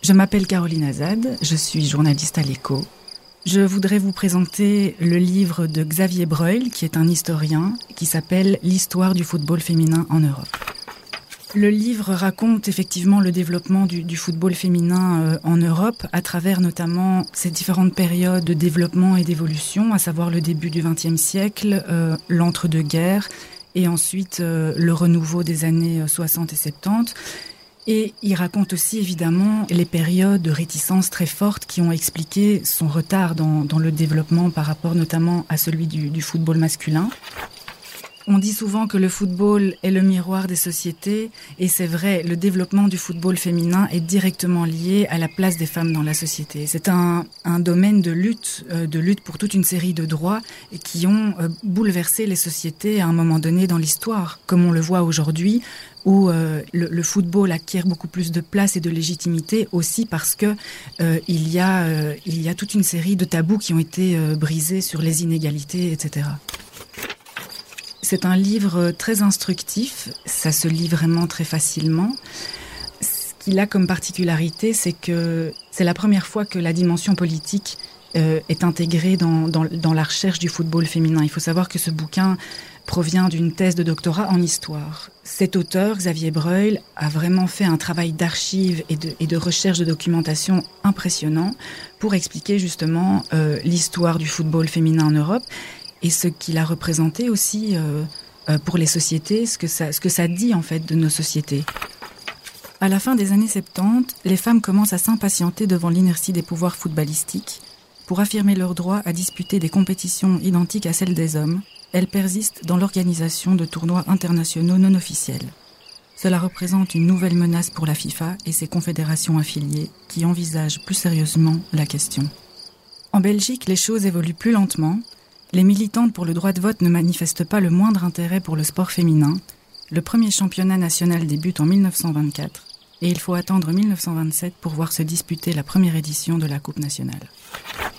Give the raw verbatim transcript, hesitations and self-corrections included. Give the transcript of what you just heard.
Je m'appelle Caroline Azad, je suis journaliste à l'Écho. Je voudrais vous présenter le livre de Xavier Breuil, qui est un historien, qui s'appelle « L'histoire du football féminin en Europe ». Le livre raconte effectivement le développement du, du football féminin euh, en Europe, à travers notamment ces différentes périodes de développement et d'évolution, à savoir le début du vingtième siècle, euh, l'entre-deux-guerres, et ensuite euh, le renouveau des années soixante et soixante-dix. Et il raconte aussi évidemment les périodes de réticence très fortes qui ont expliqué son retard dans, dans le développement par rapport notamment à celui du, du football masculin. On dit souvent que le football est le miroir des sociétés, et c'est vrai, le développement du football féminin est directement lié à la place des femmes dans la société. C'est un, un domaine de lutte, euh, de lutte pour toute une série de droits qui ont euh, bouleversé les sociétés à un moment donné dans l'histoire, comme on le voit aujourd'hui, où euh, le, le football acquiert beaucoup plus de place et de légitimité aussi parce que euh, il y a euh, il y a toute une série de tabous qui ont été euh, brisés sur les inégalités, et cetera. C'est un livre très instructif, ça se lit vraiment très facilement. Ce qu'il a comme particularité, c'est que c'est la première fois que la dimension politique euh, est intégrée dans, dans, dans la recherche du football féminin. Il faut savoir que ce bouquin provient d'une thèse de doctorat en histoire. Cet auteur, Xavier Breuil, a vraiment fait un travail d'archives et de, et de recherche de documentation impressionnant pour expliquer justement euh, l'histoire du football féminin en Europe et ce qu'il a représenté aussi euh, euh, pour les sociétés, ce que, ça, ce que ça dit en fait de nos sociétés. À la fin des années soixante-dix, les femmes commencent à s'impatienter devant l'inertie des pouvoirs footballistiques. Pour affirmer leur droit à disputer des compétitions identiques à celles des hommes, elles persistent dans l'organisation de tournois internationaux non officiels. Cela représente une nouvelle menace pour la FIFA et ses confédérations affiliées qui envisagent plus sérieusement la question. En Belgique, les choses évoluent plus lentement. Les militantes pour le droit de vote ne manifestent pas le moindre intérêt pour le sport féminin. Le premier championnat national débute en dix-neuf cent vingt-quatre et il faut attendre dix-neuf cent vingt-sept pour voir se disputer la première édition de la Coupe nationale.